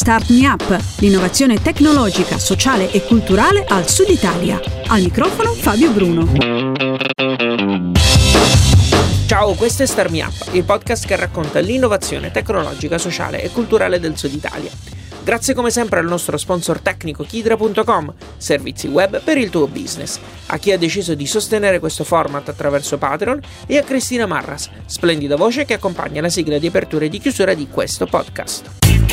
Start Me Up, l'innovazione tecnologica, sociale e culturale al Sud Italia. Al microfono Fabio Bruno. Ciao, questo è Start Me Up, il podcast che racconta l'innovazione tecnologica, sociale e culturale del Sud Italia. Grazie come sempre al nostro sponsor tecnico Kidra.com, servizi web per il tuo business, a chi ha deciso di sostenere questo format attraverso Patreon e a Cristina Marras, splendida voce che accompagna la sigla di apertura e di chiusura di questo podcast.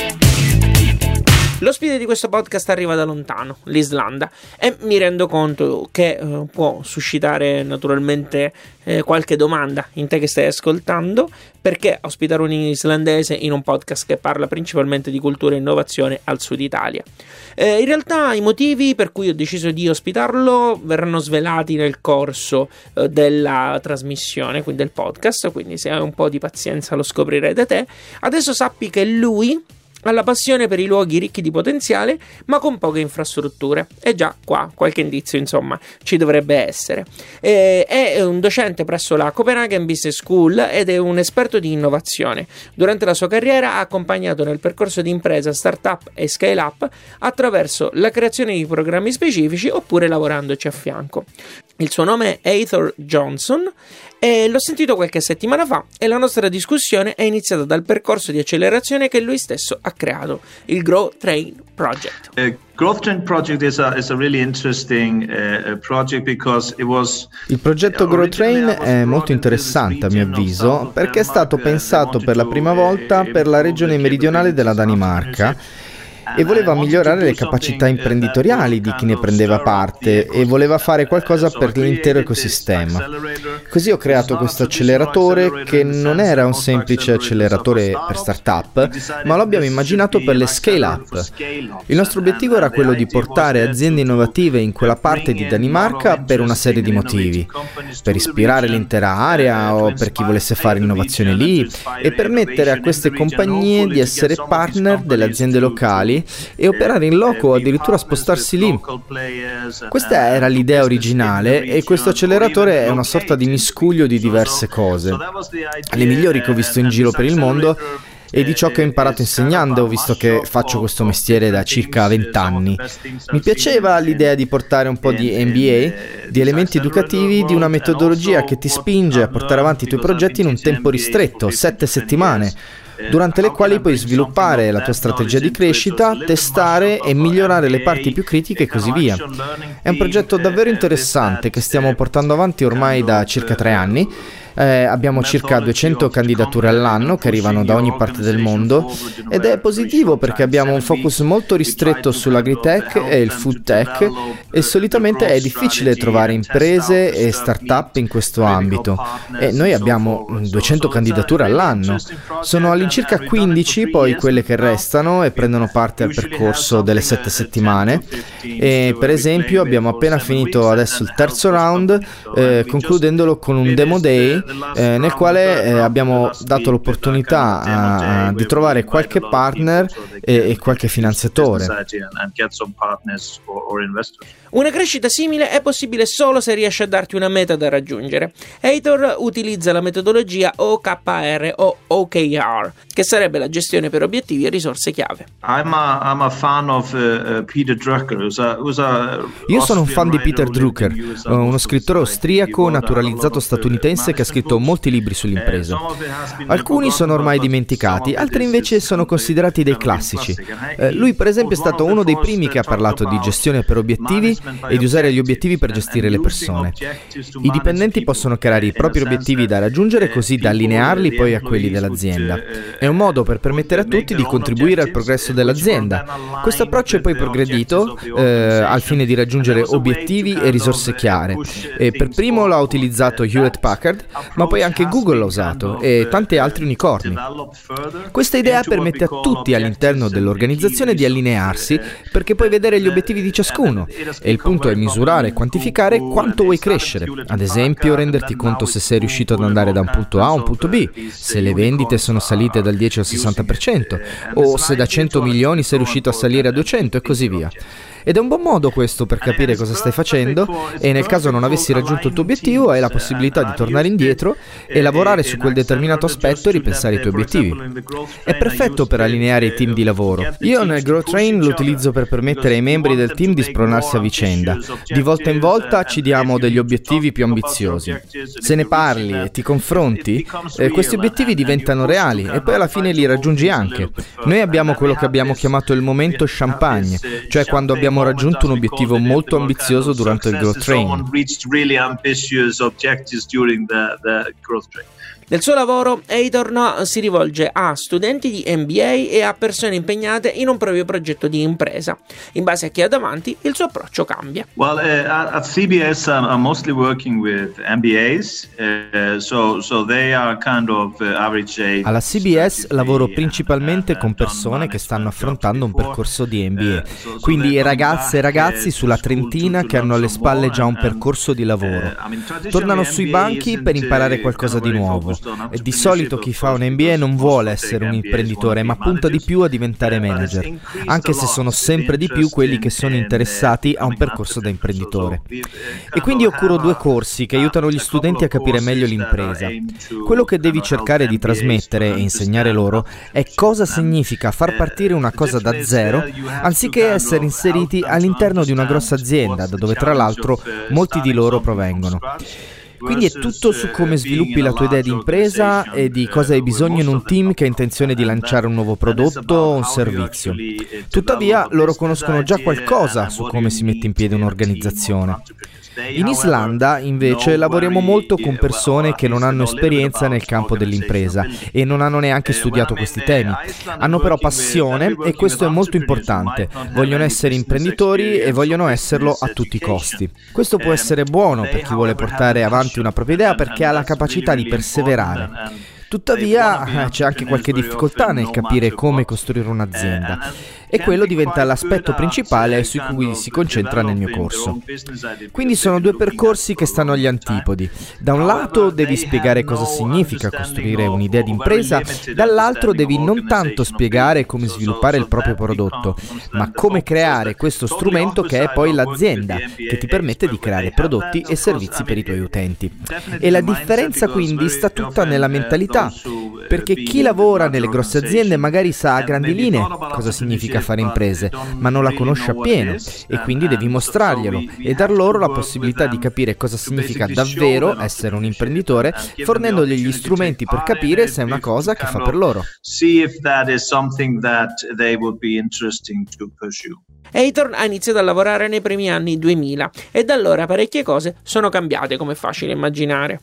L'ospite di questo podcast arriva da lontano, l'Islanda, e mi rendo conto che può suscitare naturalmente qualche domanda in te che stai ascoltando: perché ospitare un islandese in un podcast che parla principalmente di cultura e innovazione al Sud Italia? In realtà i motivi per cui ho deciso di ospitarlo verranno svelati nel corso della trasmissione, quindi del podcast, quindi se hai un po' di pazienza lo scoprirai da te. Adesso sappi che lui ha la passione per i luoghi ricchi di potenziale ma con poche infrastrutture, e già qua qualche indizio insomma ci dovrebbe essere. È un docente presso la Copenhagen Business School ed è un esperto di innovazione. Durante la sua carriera ha accompagnato nel percorso di impresa startup e scale up attraverso la creazione di programmi specifici oppure lavorandoci a fianco. Il suo nome è Eyþór Jónsson e l'ho sentito qualche settimana fa e la nostra discussione è iniziata dal percorso di accelerazione che lui stesso ha creato, il Growth Train Project. Growth Train Project is a really interesting project because it was. Il progetto Growth Train è molto interessante a mio avviso perché è stato pensato per la prima volta per la regione meridionale della Danimarca e voleva migliorare le capacità imprenditoriali di chi ne prendeva parte e voleva fare qualcosa per l'intero ecosistema. Così ho creato questo acceleratore che non era un semplice acceleratore per startup, ma lo abbiamo immaginato per le scale up. Il nostro obiettivo era quello di portare aziende innovative in quella parte di Danimarca per una serie di motivi: per ispirare l'intera area o per chi volesse fare innovazione lì, e permettere a queste compagnie di essere partner delle aziende locali e operare in loco o addirittura spostarsi lì. Questa era l'idea originale e questo acceleratore è una sorta di miscuglio di diverse cose, le migliori che ho visto in giro per il mondo e di ciò che ho imparato insegnando, visto che faccio questo mestiere da circa 20 anni. Mi piaceva l'idea di portare un po' di MBA, di elementi educativi, di una metodologia che ti spinge a portare avanti i tuoi progetti in un tempo ristretto, 7 settimane, durante le quali puoi sviluppare la tua strategia di crescita, testare e migliorare le parti più critiche e così via. È un progetto davvero interessante che stiamo portando avanti ormai da circa 3 anni. Abbiamo circa 200 candidature all'anno che arrivano da ogni parte del mondo ed è positivo perché abbiamo un focus molto ristretto sull'agritech e il food tech e solitamente è difficile trovare imprese e start-up in questo ambito e noi abbiamo 200 candidature all'anno. Sono all'incirca 15 poi quelle che restano e prendono parte al percorso delle 7 settimane e per esempio abbiamo appena finito adesso il terzo round concludendolo con un demo day nel quale abbiamo dato l'opportunità di trovare qualche partner e qualche finanziatore. Una crescita simile è possibile solo se riesci a darti una meta da raggiungere. Eyþór utilizza la metodologia OKR o OKR, che sarebbe la gestione per obiettivi e risorse chiave. Io sono un fan di Peter Drucker, uno scrittore austriaco naturalizzato statunitense che ha scritto molti libri sull'impresa. Alcuni sono ormai dimenticati, altri invece sono considerati dei classici. Lui per esempio è stato uno dei primi che ha parlato di gestione per obiettivi e di usare gli obiettivi per gestire le persone. I dipendenti possono creare i propri obiettivi da raggiungere così da allinearli poi a quelli dell'azienda. È un modo per permettere a tutti di contribuire al progresso dell'azienda. Questo approccio è poi progredito al fine di raggiungere obiettivi e risorse chiare. E per primo l'ha utilizzato Hewlett Packard, ma poi anche Google l'ha usato e tanti altri unicorni. Questa idea permette a tutti all'interno dell'organizzazione di allinearsi perché puoi vedere gli obiettivi di ciascuno e il punto è misurare e quantificare quanto vuoi crescere. Ad esempio, renderti conto se sei riuscito ad andare da un punto A a un punto B, se le vendite sono salite dal 10 al 60% o se da 100 milioni sei riuscito a salire a 200 e così via. Ed è un buon modo questo per capire cosa stai facendo, e nel caso non avessi raggiunto il tuo obiettivo hai la possibilità di tornare indietro e lavorare su quel determinato aspetto e ripensare i tuoi obiettivi. È perfetto per allineare i team di lavoro. Io nel Growth Train lo utilizzo per permettere ai membri del team di spronarsi a vicenda. Di volta in volta ci diamo degli obiettivi più ambiziosi. Se ne parli e ti confronti, questi obiettivi diventano reali e poi alla fine li raggiungi anche. Noi abbiamo quello che abbiamo chiamato il momento champagne, cioè quando abbiamo raggiunto un obiettivo molto ambizioso durante il Growth Train. Nel suo lavoro, Heitor si rivolge a studenti di MBA e a persone impegnate in un proprio progetto di impresa. In base a chi ha davanti, il suo approccio cambia. Well, at CBS, I'm mostly working with MBAs, so they are kind of average age. Alla CBS lavoro principalmente con persone che stanno affrontando un percorso di MBA, quindi ragazze e ragazzi sulla trentina che hanno alle spalle già un percorso di lavoro. Tornano sui banchi per imparare qualcosa di nuovo. E di solito chi fa un MBA non vuole essere un imprenditore, ma punta di più a diventare manager, anche se sono sempre di più quelli che sono interessati a un percorso da imprenditore. E quindi io curo 2 corsi che aiutano gli studenti a capire meglio l'impresa. Quello che devi cercare di trasmettere e insegnare loro è cosa significa far partire una cosa da zero, anziché essere inseriti all'interno di una grossa azienda, da dove tra l'altro molti di loro provengono. Quindi è tutto su come sviluppi la tua idea di impresa e di cosa hai bisogno in un team che ha intenzione di lanciare un nuovo prodotto o un servizio. Tuttavia, loro conoscono già qualcosa su come si mette in piedi un'organizzazione. In Islanda, invece, lavoriamo molto con persone che non hanno esperienza nel campo dell'impresa e non hanno neanche studiato questi temi. Hanno però passione e questo è molto importante. Vogliono essere imprenditori e vogliono esserlo a tutti i costi. Questo può essere buono per chi vuole portare avanti una propria idea perché ha la capacità di perseverare. Tuttavia c'è anche qualche difficoltà nel capire come costruire un'azienda e quello diventa l'aspetto principale su cui si concentra nel mio corso. Quindi sono 2 percorsi che stanno agli antipodi. Da un lato devi spiegare cosa significa costruire un'idea di impresa, dall'altro devi non tanto spiegare come sviluppare il proprio prodotto, ma come creare questo strumento che è poi l'azienda, che ti permette di creare prodotti e servizi per i tuoi utenti. E la differenza quindi sta tutta nella mentalità, perché chi lavora nelle grosse aziende magari sa a grandi linee cosa significa fare imprese, ma non la conosce appieno e quindi devi mostrarglielo e dar loro la possibilità di capire cosa significa davvero essere un imprenditore, fornendogli gli strumenti per capire se è una cosa che fa per loro. Heitor ha iniziato a lavorare nei primi anni 2000 e da allora parecchie cose sono cambiate, come è facile immaginare.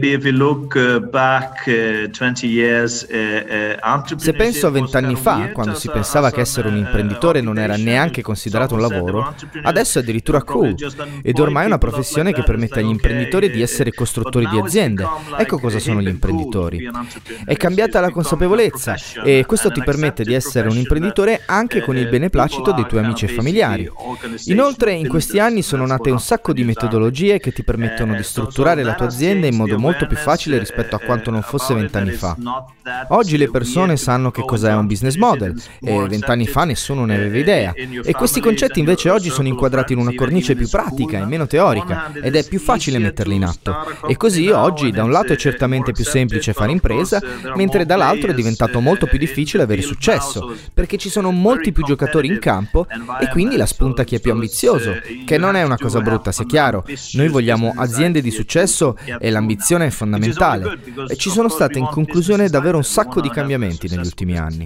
Se penso a 20 anni fa, quando si pensava che essere un imprenditore non era neanche considerato un lavoro, adesso è addirittura cool ed ormai è una professione che permette agli imprenditori di essere costruttori di aziende. Ecco cosa sono gli imprenditori. È cambiata la consapevolezza e questo ti permette di essere un imprenditore anche con il beneplacito dei tuoi amici e familiari. Inoltre in questi anni sono nate un sacco di metodologie che ti permettono di strutturare la tua azienda in modo molto più facile rispetto a quanto non fosse 20 anni fa. Oggi le persone sanno che cos'è un business model e 20 anni fa nessuno ne aveva idea e questi concetti invece oggi sono inquadrati in una cornice più pratica e meno teorica ed è più facile metterli in atto e così oggi da un lato è certamente più semplice fare impresa mentre dall'altro è diventato molto più difficile avere successo perché ci sono molti più giocatori in campo e quindi la spunta chi è più ambizioso, che non è una cosa brutta, sia chiaro. Noi vogliamo aziende di successo e l'ambizione è fondamentale. E ci sono state in conclusione davvero un sacco di cambiamenti negli ultimi anni.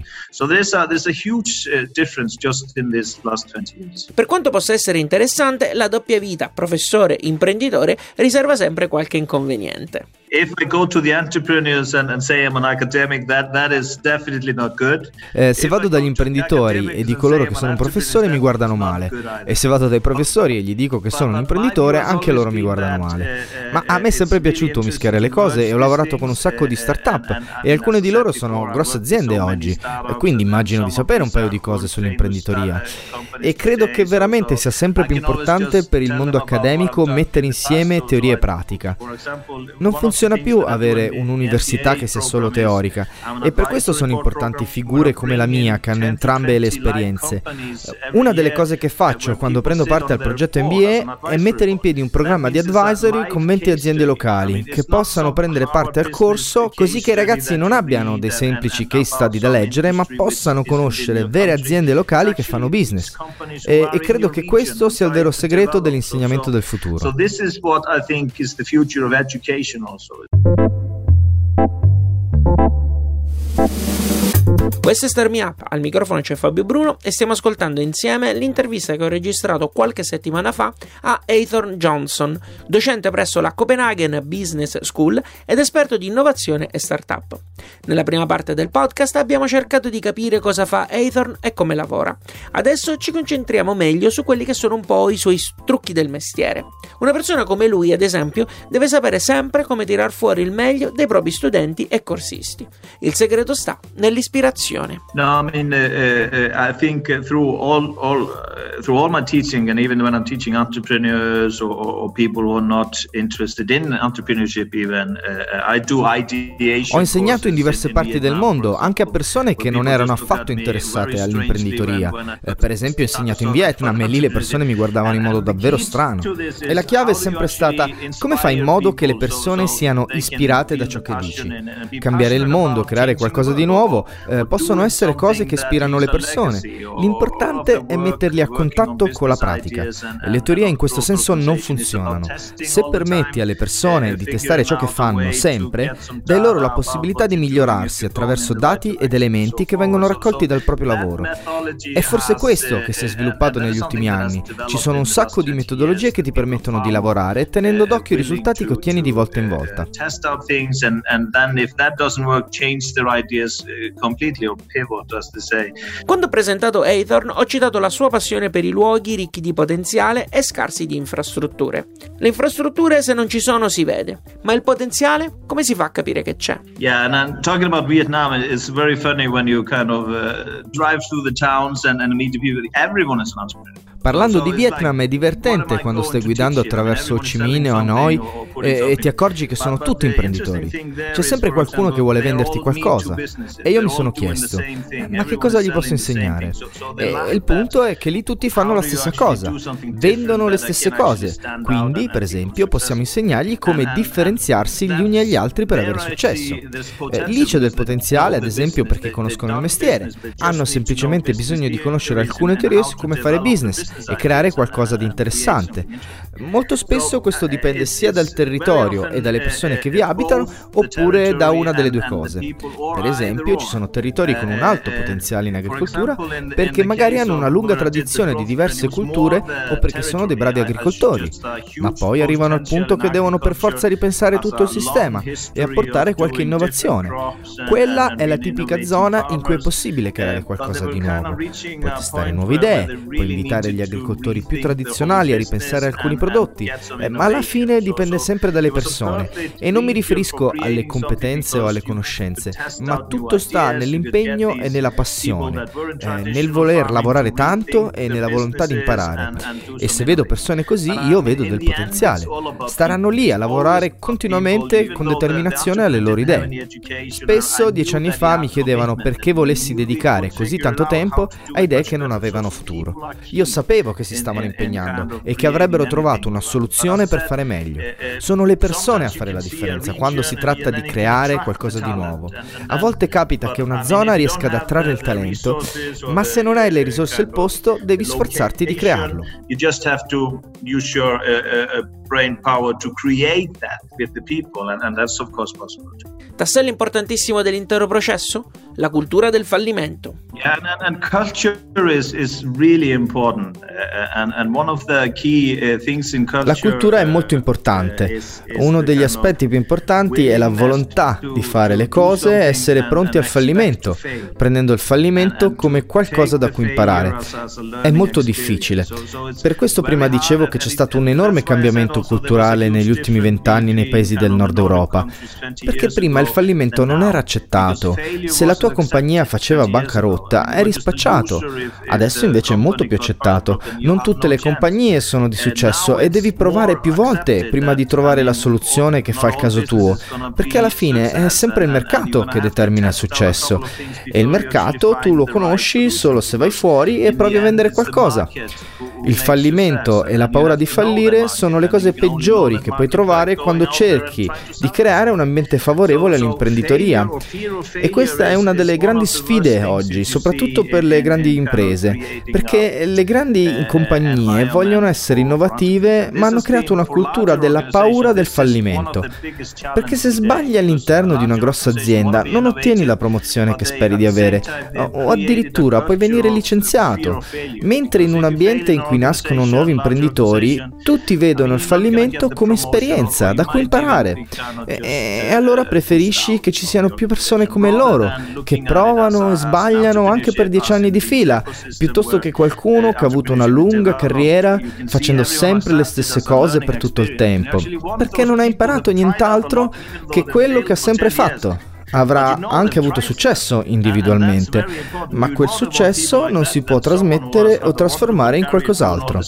Per quanto possa essere interessante, la doppia vita professore-imprenditore riserva sempre qualche inconveniente. If I go to the entrepreneurs and say I'm an academic, that is definitely not good. Se vado dagli imprenditori e dico loro che sono un professore mi guardano male e se vado dai professori e gli dico che sono un imprenditore anche loro mi guardano male. Ma a me è sempre piaciuto mischiare le cose e ho lavorato con un sacco di start-up e alcune di loro sono grosse aziende oggi e quindi immagino di sapere un paio di cose sull'imprenditoria e credo che veramente sia sempre più importante per il mondo accademico mettere insieme teoria e pratica. Non funziona funziona più avere un'università che sia solo teorica, e per questo sono importanti figure come la mia che hanno entrambe le esperienze. Una delle cose che faccio quando prendo parte al progetto MBA è mettere in piedi un programma di advisory con 20 aziende locali che possano prendere parte al corso, così che i ragazzi non abbiano dei semplici case study da leggere, ma possano conoscere vere aziende locali che fanno business. E credo che questo sia il vero segreto dell'insegnamento del futuro. So this is what I think is the future of education also. Questo è Start Me Up, al microfono c'è Fabio Bruno e stiamo ascoltando insieme l'intervista che ho registrato qualche settimana fa a Eythorn Johnson, docente presso la Copenhagen Business School ed esperto di innovazione e startup. Nella prima parte del podcast abbiamo cercato di capire cosa fa Eythorn e come lavora. Adesso ci concentriamo meglio su quelli che sono un po' i suoi trucchi del mestiere. Una persona come lui, ad esempio, deve sapere sempre come tirar fuori il meglio dei propri studenti e corsisti. Il segreto sta nell'ispirazione. No, I mean, I think through all my teaching, and even when I'm teaching entrepreneurs or people who are not interested in entrepreneurship, even I do ideation. Ho insegnato in diverse parti del mondo, anche a persone che non erano affatto interessate all'imprenditoria. Per esempio, ho insegnato in Vietnam e lì le persone mi guardavano in modo davvero strano. E la chiave è sempre stata: come fai in modo che le persone siano ispirate da ciò che dici? Cambiare il mondo, creare qualcosa di nuovo, possono essere cose che ispirano le persone. L'importante è metterli a contatto con la pratica. E le teorie in questo senso non funzionano. Se permetti alle persone di testare ciò che fanno sempre, dai loro la possibilità di migliorarsi attraverso dati ed elementi che vengono raccolti dal proprio lavoro. È forse questo che si è sviluppato negli ultimi anni. Ci sono un sacco di metodologie che ti permettono di lavorare tenendo d'occhio i risultati che ottieni di volta in volta. Quando ho presentato Eythorn ho citato la sua passione per i luoghi ricchi di potenziale e scarsi di infrastrutture. Le infrastrutture, se non ci sono, si vede, ma il potenziale come si fa a capire che c'è? Yeah, and I'm talking about Vietnam. It's very funny when you kind of drive through the towns and meet the people. Everyone is an entrepreneur. Parlando di Vietnam, è divertente quando stai guidando attraverso Ho Chi Minh o Hanoi e ti accorgi che sono tutti imprenditori. C'è sempre qualcuno che vuole venderti qualcosa e io mi sono chiesto: ma che cosa gli posso insegnare? E il punto è che lì tutti fanno la stessa cosa, vendono le stesse cose, quindi per esempio possiamo insegnargli come differenziarsi gli uni agli altri per avere successo. Lì c'è del potenziale, ad esempio, perché conoscono il mestiere, hanno semplicemente bisogno di conoscere alcune teorie su come fare business e creare qualcosa di interessante. Molto spesso questo dipende sia dal territorio e dalle persone che vi abitano, oppure da una delle due cose. Per esempio, ci sono territori con un alto potenziale in agricoltura perché magari hanno una lunga tradizione di diverse culture o perché sono dei bravi agricoltori, ma poi arrivano al punto che devono per forza ripensare tutto il sistema e apportare qualche innovazione. Quella è la tipica zona in cui è possibile creare qualcosa di nuovo. Puoi testare nuove idee, puoi invitare gli agricoltori più tradizionali a ripensare alcuni prodotti, ma alla fine dipende sempre dalle persone e non mi riferisco alle competenze o alle conoscenze, ma tutto sta nell'impegno e nella passione, nel voler lavorare tanto e nella volontà di imparare. E se vedo persone così, io vedo del potenziale. Staranno lì a lavorare continuamente con determinazione alle loro idee. Spesso 10 anni fa mi chiedevano perché volessi dedicare così tanto tempo a idee che non avevano futuro. Io sapevo che si stavano impegnando e che avrebbero trovato una soluzione per fare meglio. Sono le persone a fare la differenza quando si tratta di creare qualcosa di nuovo. A volte capita che una zona riesca ad attrarre il talento, ma se non hai le risorse al posto, devi sforzarti di crearlo. You just have to use your brain power to create that with the people, and that's of course possible. Tassello importantissimo dell'intero processo? La cultura del fallimento. Yeah, and culture is really important, and one of the key things in culture. La cultura è molto importante. Uno degli aspetti più importanti è la volontà di fare le cose e essere pronti al fallimento, prendendo il fallimento come qualcosa da cui imparare. È molto difficile. Per questo prima dicevo che c'è stato un enorme cambiamento culturale negli ultimi 20 anni nei paesi del Nord Europa, perché prima il fallimento non era accettato. Se la tua tua compagnia faceva bancarotta, eri spacciato. Adesso invece è molto più accettato. Non tutte le compagnie sono di successo e devi provare più volte prima di trovare la soluzione che fa il caso tuo, perché alla fine è sempre il mercato che determina il successo. E il mercato tu lo conosci solo se vai fuori e provi a vendere qualcosa. Il fallimento e la paura di fallire sono le cose peggiori che puoi trovare quando cerchi di creare un ambiente favorevole all'imprenditoria. E questa è una delle grandi sfide oggi, soprattutto per le grandi imprese, perché le grandi compagnie vogliono essere innovative, ma hanno creato una cultura della paura del fallimento. Perché se sbagli all'interno di una grossa azienda, non ottieni la promozione che speri di avere, o addirittura puoi venire licenziato. Mentre in un ambiente in cui nascono nuovi imprenditori, tutti vedono il fallimento come esperienza da cui imparare. E allora preferisci che ci siano più persone come loro, che provano e sbagliano anche per 10 anni di fila, piuttosto che qualcuno che ha avuto una lunga carriera facendo sempre le stesse cose per tutto il tempo, perché non ha imparato nient'altro che quello che ha sempre fatto. Avrà anche avuto successo individualmente, ma quel successo non si può trasmettere o trasformare in qualcos'altro.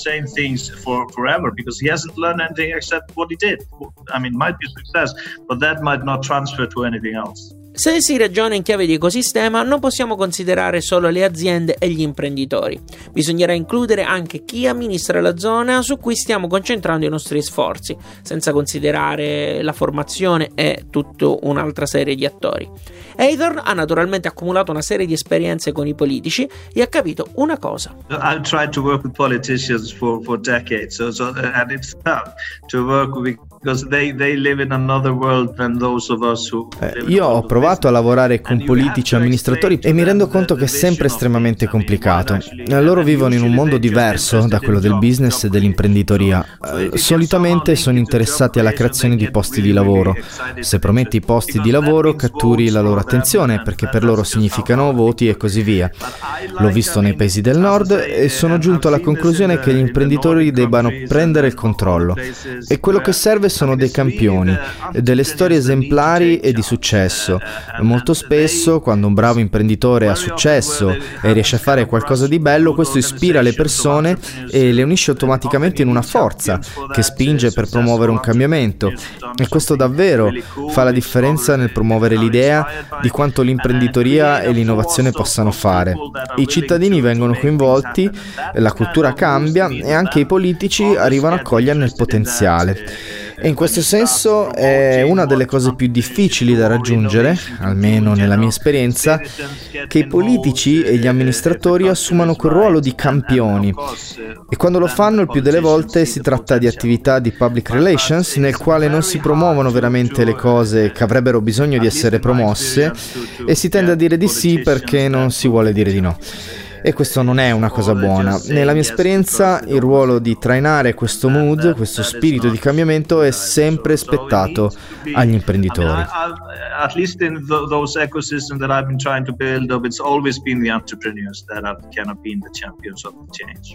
Se si ragiona in chiave di ecosistema, non possiamo considerare solo le aziende e gli imprenditori. Bisognerà includere anche chi amministra la zona su cui stiamo concentrando i nostri sforzi, senza considerare la formazione e tutta un'altra serie di attori. Eithorn ha naturalmente accumulato una serie di esperienze con i politici e ha capito una cosa. I've tried to work with politicians for decades, and it's tough to work with because they live in another world than those of us who Io ho provato a lavorare con politici e amministratori e mi rendo conto che è sempre estremamente complicato. Loro vivono in un mondo diverso da quello del business e dell'imprenditoria. Solitamente sono interessati alla creazione di posti di lavoro. Se prometti posti di lavoro, catturi la loro attenzione perché per loro significano voti e così via. L'ho visto nei paesi del nord e sono giunto alla conclusione che gli imprenditori debbano prendere il controllo. E quello che serve sono dei campioni, delle storie esemplari e di successo. Molto spesso, quando un bravo imprenditore ha successo e riesce a fare qualcosa di bello, questo ispira le persone e le unisce automaticamente in una forza che spinge per promuovere un cambiamento. E questo davvero fa la differenza nel promuovere l'idea di quanto l'imprenditoria e l'innovazione possano fare. I cittadini vengono coinvolti, la cultura cambia e anche i politici arrivano a coglierne il potenziale. E in questo senso è una delle cose più difficili da raggiungere, almeno nella mia esperienza, che i politici e gli amministratori assumano quel ruolo di campioni. E quando lo fanno, il più delle volte si tratta di attività di public relations nel quale non si promuovono veramente le cose che avrebbero bisogno di essere promosse e si tende a dire di sì perché non si vuole dire di no. E questo non è una cosa buona. Nella mia esperienza il ruolo di trainare questo mood, questo spirito di cambiamento è sempre spettato agli imprenditori. At least in those ecosystems that I've been trying to build up, it's always been the entrepreneurs that have kind of been the champions of the change.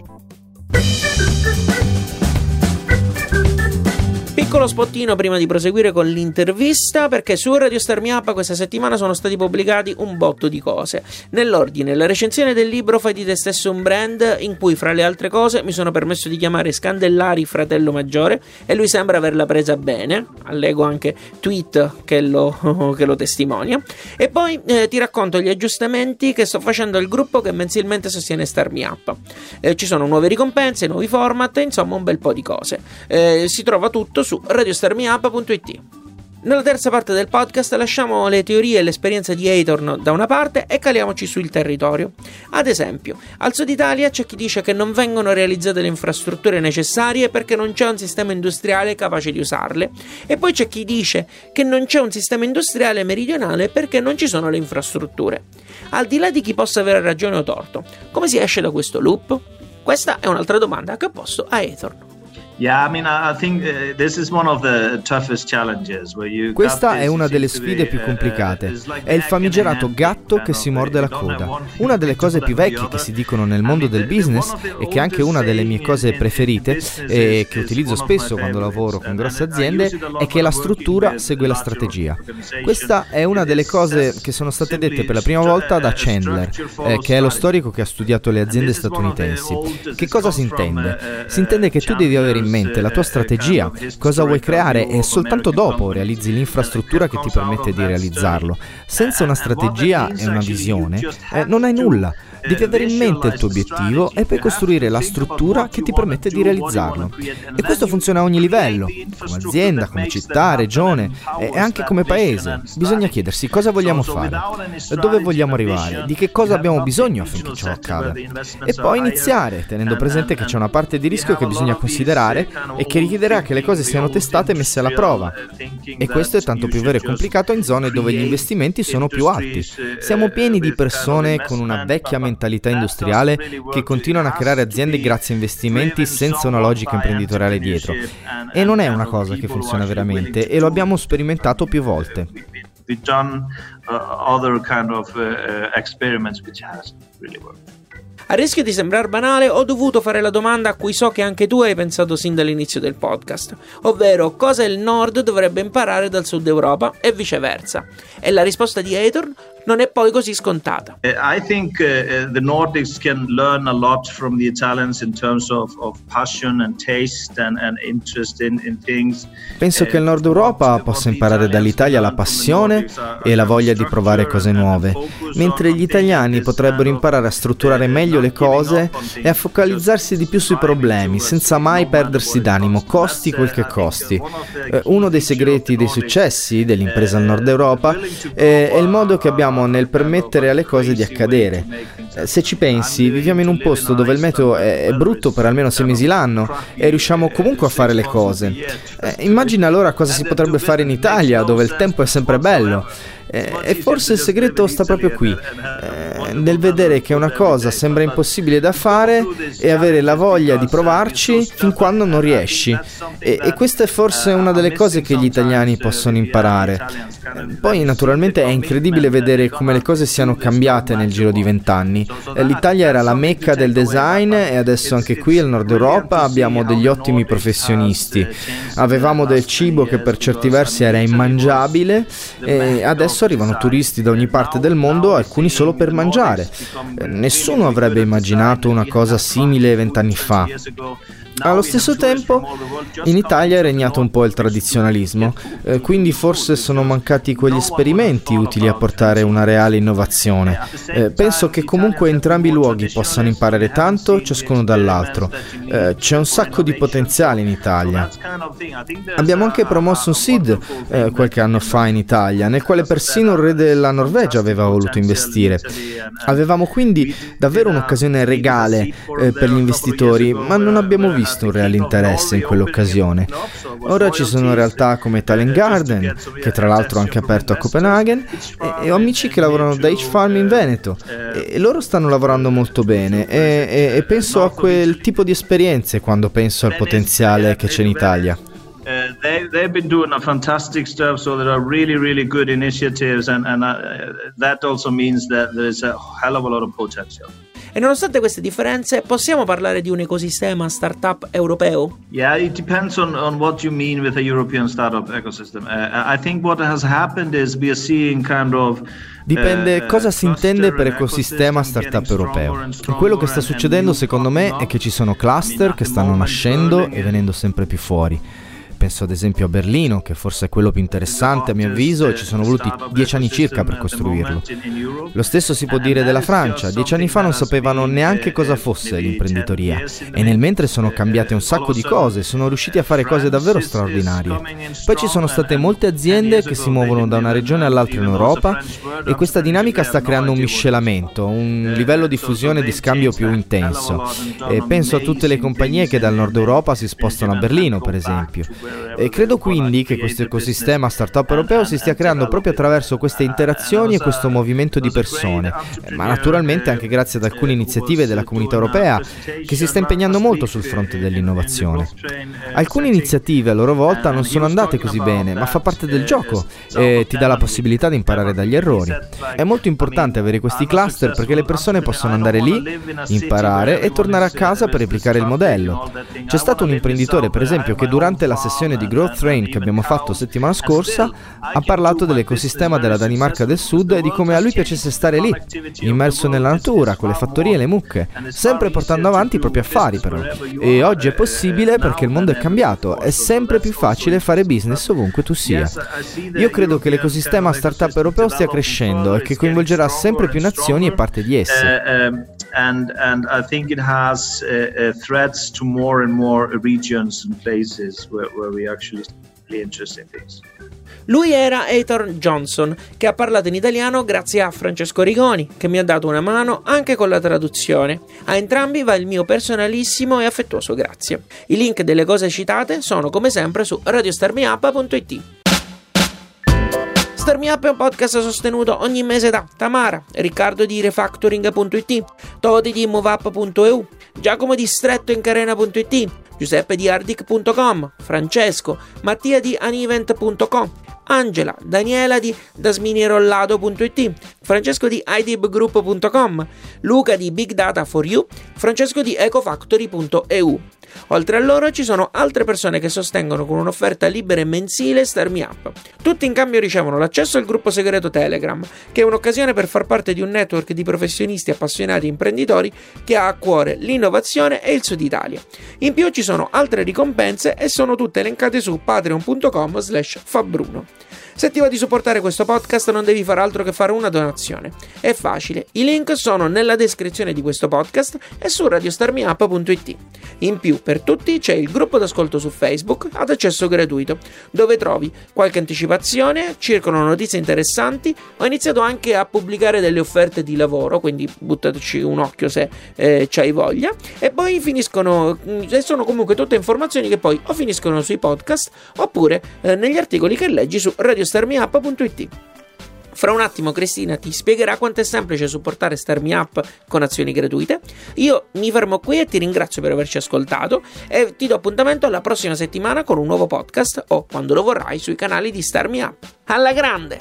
Piccolo spottino prima di proseguire con l'intervista, perché su Radio Start Me Up questa settimana sono stati pubblicati un botto di cose. Nell'ordine, la recensione del libro Fai di te stesso un brand, in cui fra le altre cose mi sono permesso di chiamare Scandellari fratello maggiore e lui sembra averla presa bene. Allego anche tweet che lo testimonia. E poi ti racconto gli aggiustamenti che sto facendo al gruppo che mensilmente sostiene Start Me Up. Ci sono nuove ricompense, nuovi format, insomma un bel po' di cose. Si trova tutto su radiostarmeup.it. Nella terza parte del podcast lasciamo le teorie e l'esperienza di Eithorn da una parte e caliamoci sul territorio. Ad esempio, al sud Italia c'è chi dice che non vengono realizzate le infrastrutture necessarie perché non c'è un sistema industriale capace di usarle, e poi c'è chi dice che non c'è un sistema industriale meridionale perché non ci sono le infrastrutture. Al di là di chi possa avere ragione o torto, come si esce da questo loop? Questa è un'altra domanda che ho posto a Eithorn. Questa è una delle sfide più complicate. È il famigerato gatto che si morde la coda. Una delle cose più vecchie che si dicono nel mondo del business, e che è anche una delle mie cose preferite e che utilizzo spesso quando lavoro con grosse aziende, è che la struttura segue la strategia. Questa è una delle cose che sono state dette per la prima volta da Chandler, che è lo storico che ha studiato le aziende statunitensi. Che cosa si intende? Si intende che tu devi avere in mente la tua strategia, cosa vuoi creare, e soltanto dopo realizzi l'infrastruttura che ti permette di realizzarlo. Senza una strategia e una visione non hai nulla. Devi avere in mente il tuo obiettivo e poi costruire la struttura che ti permette di realizzarlo. E questo funziona a ogni livello, come azienda, come città, regione e anche come paese. Bisogna chiedersi cosa vogliamo fare, dove vogliamo arrivare, di che cosa abbiamo bisogno affinché ciò accada. E poi iniziare, tenendo presente che c'è una parte di rischio che bisogna considerare e che richiederà che le cose siano testate e messe alla prova. E questo è tanto più vero e complicato in zone dove gli investimenti sono più alti. Siamo pieni di persone con una vecchia mentalità industriale che continuano a creare aziende grazie a investimenti senza una logica imprenditoriale dietro, e non è una cosa che funziona veramente, e lo abbiamo sperimentato più volte. A rischio di sembrare banale, ho dovuto fare la domanda a cui so che anche tu hai pensato sin dall'inizio del podcast, ovvero cosa il Nord dovrebbe imparare dal Sud Europa e viceversa. E la risposta di Heitor non è poi così scontata. I think the Nordics can learn a lot from the Italians in terms of passion and taste and interest in things. Penso che il Nord Europa possa imparare dall'Italia la passione e la voglia di provare cose nuove, mentre gli italiani potrebbero imparare a strutturare meglio le cose e a focalizzarsi di più sui problemi, senza mai perdersi d'animo, costi quel che costi. Uno dei segreti dei successi dell'impresa al Nord Europa è il modo che abbiamo nel permettere alle cose di accadere. Se ci pensi, viviamo in un posto dove il meteo è brutto per almeno 6 mesi l'anno e riusciamo comunque a fare le cose. Immagina allora cosa si potrebbe fare in Italia, dove il tempo è sempre bello. E forse il segreto sta proprio qui, nel vedere che una cosa sembra impossibile da fare e avere la voglia di provarci fin quando non riesci. E questa è forse una delle cose che gli italiani possono imparare. Poi naturalmente è incredibile vedere come le cose siano cambiate nel giro di 20 anni. L'Italia era la mecca del design e adesso anche qui al Nord Europa abbiamo degli ottimi professionisti. Avevamo del cibo che per certi versi era immangiabile e adesso arrivano turisti da ogni parte del mondo, alcuni solo per mangiare. Nessuno avrebbe immaginato una cosa simile 20 anni fa. Allo stesso tempo in Italia è regnato un po' il tradizionalismo, quindi forse sono mancati quegli esperimenti utili a portare una reale innovazione. Penso che comunque entrambi i luoghi possano imparare tanto, ciascuno dall'altro. C'è un sacco di potenziale in Italia. Abbiamo anche promosso un SID qualche anno fa in Italia, nel quale persino il re della Norvegia aveva voluto investire. Avevamo quindi davvero un'occasione regale per gli investitori, ma non abbiamo visto un reale interesse in quell'occasione. Ora ci sono realtà come Talent Garden, che tra l'altro ha anche aperto a Copenaghen, e ho amici che lavorano da H-Farm in Veneto, e loro stanno lavorando molto bene, e penso a quel tipo di esperienze quando penso al potenziale che c'è in Italia. They've been doing a fantastic stuff, so there are really good initiatives, and that also means that there is a hell of a lot of potential. E nonostante queste differenze, possiamo parlare di un ecosistema startup europeo? Yeah, it depends on what you mean with a European startup ecosystem. I think what has happened is we are seeing kind of Dipende cosa si intende per ecosistema startup europeo. Quello che sta succedendo secondo me è che ci sono cluster che stanno nascendo e venendo sempre più fuori. Penso ad esempio a Berlino, che forse è quello più interessante a mio avviso, e ci sono voluti 10 anni circa per costruirlo. Lo stesso si può dire della Francia. 10 anni fa non sapevano neanche cosa fosse l'imprenditoria, e nel mentre sono cambiate un sacco di cose, sono riusciti a fare cose davvero straordinarie. Poi ci sono state molte aziende che si muovono da una regione all'altra in Europa, e questa dinamica sta creando un miscelamento, un livello di fusione e di scambio più intenso. E penso a tutte le compagnie che dal nord Europa si spostano a Berlino, per esempio. E credo quindi che questo ecosistema startup europeo si stia creando proprio attraverso queste interazioni e questo movimento di persone, ma naturalmente anche grazie ad alcune iniziative della Comunità Europea che si sta impegnando molto sul fronte dell'innovazione. Alcune iniziative a loro volta non sono andate così bene, ma fa parte del gioco e ti dà la possibilità di imparare dagli errori. È molto importante avere questi cluster perché le persone possono andare lì, imparare e tornare a casa per replicare il modello. C'è stato un imprenditore, per esempio, che durante la sessione di Growth Train che abbiamo fatto settimana scorsa ha parlato dell'ecosistema della Danimarca del Sud e di come a lui piacesse stare lì, immerso nella natura, con le fattorie e le mucche, sempre portando avanti i propri affari però. E oggi è possibile perché il mondo è cambiato, è sempre più facile fare business ovunque tu sia. Io credo che l'ecosistema startup europeo stia crescendo e che coinvolgerà sempre più nazioni e parte di esse. And I think it has threads to more and more regions and places where we actually see interesting things. Lui era Heitor Johnson, che ha parlato in italiano grazie a Francesco Rigoni, che mi ha dato una mano anche con la traduzione. A entrambi va il mio personalissimo e affettuoso grazie. I link delle cose citate sono come sempre su radiostarmiup.it. Start Me Up è un podcast sostenuto ogni mese da Tamara, Riccardo di Refactoring.it, Toti di MoveUp.eu, Giacomo di StrettoInCarena.it, Giuseppe di Ardic.com, Francesco, Mattia di Anivent.com, Angela, Daniela di dasminirollado.it, Francesco di idibgroup.com, Luca di Big Data for You, Francesco di ecofactory.eu. Oltre a loro ci sono altre persone che sostengono con un'offerta libera e mensile Start Me Up. Tutti in cambio ricevono l'accesso al gruppo segreto Telegram, che è un'occasione per far parte di un network di professionisti appassionati e imprenditori che ha a cuore l'innovazione e il Sud Italia. In più ci sono altre ricompense e sono tutte elencate su patreon.com/fabbruno. Se ti va di supportare questo podcast non devi fare altro che fare una donazione. È facile, i link sono nella descrizione di questo podcast e su radiostarmiup.it. In più, per tutti c'è il gruppo d'ascolto su Facebook ad accesso gratuito, dove trovi qualche anticipazione, circolano notizie interessanti, ho iniziato anche a pubblicare delle offerte di lavoro, quindi buttateci un occhio se c'hai voglia, e poi finiscono, sono comunque tutte informazioni che poi o finiscono sui podcast oppure negli articoli che leggi su radiostarmiup.it. Fra un attimo Cristina ti spiegherà quanto è semplice supportare Start Me Up con azioni gratuite. Io mi fermo qui e ti ringrazio per averci ascoltato e ti do appuntamento alla prossima settimana con un nuovo podcast o quando lo vorrai sui canali di Start Me Up. Alla grande!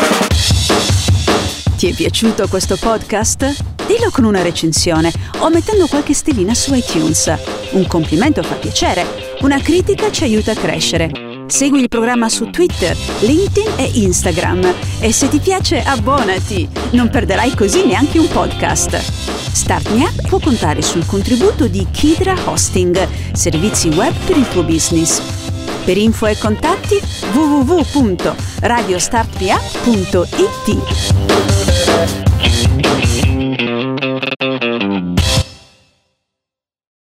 Ti è piaciuto questo podcast? Dillo con una recensione o mettendo qualche stellina su iTunes. Un complimento fa piacere, una critica ci aiuta a crescere. Segui il programma su Twitter, LinkedIn e Instagram e se ti piace abbonati, non perderai così neanche un podcast. Start Me Up può contare sul contributo di Kidra Hosting, servizi web per il tuo business. Per info e contatti www.radiostartmeup.it.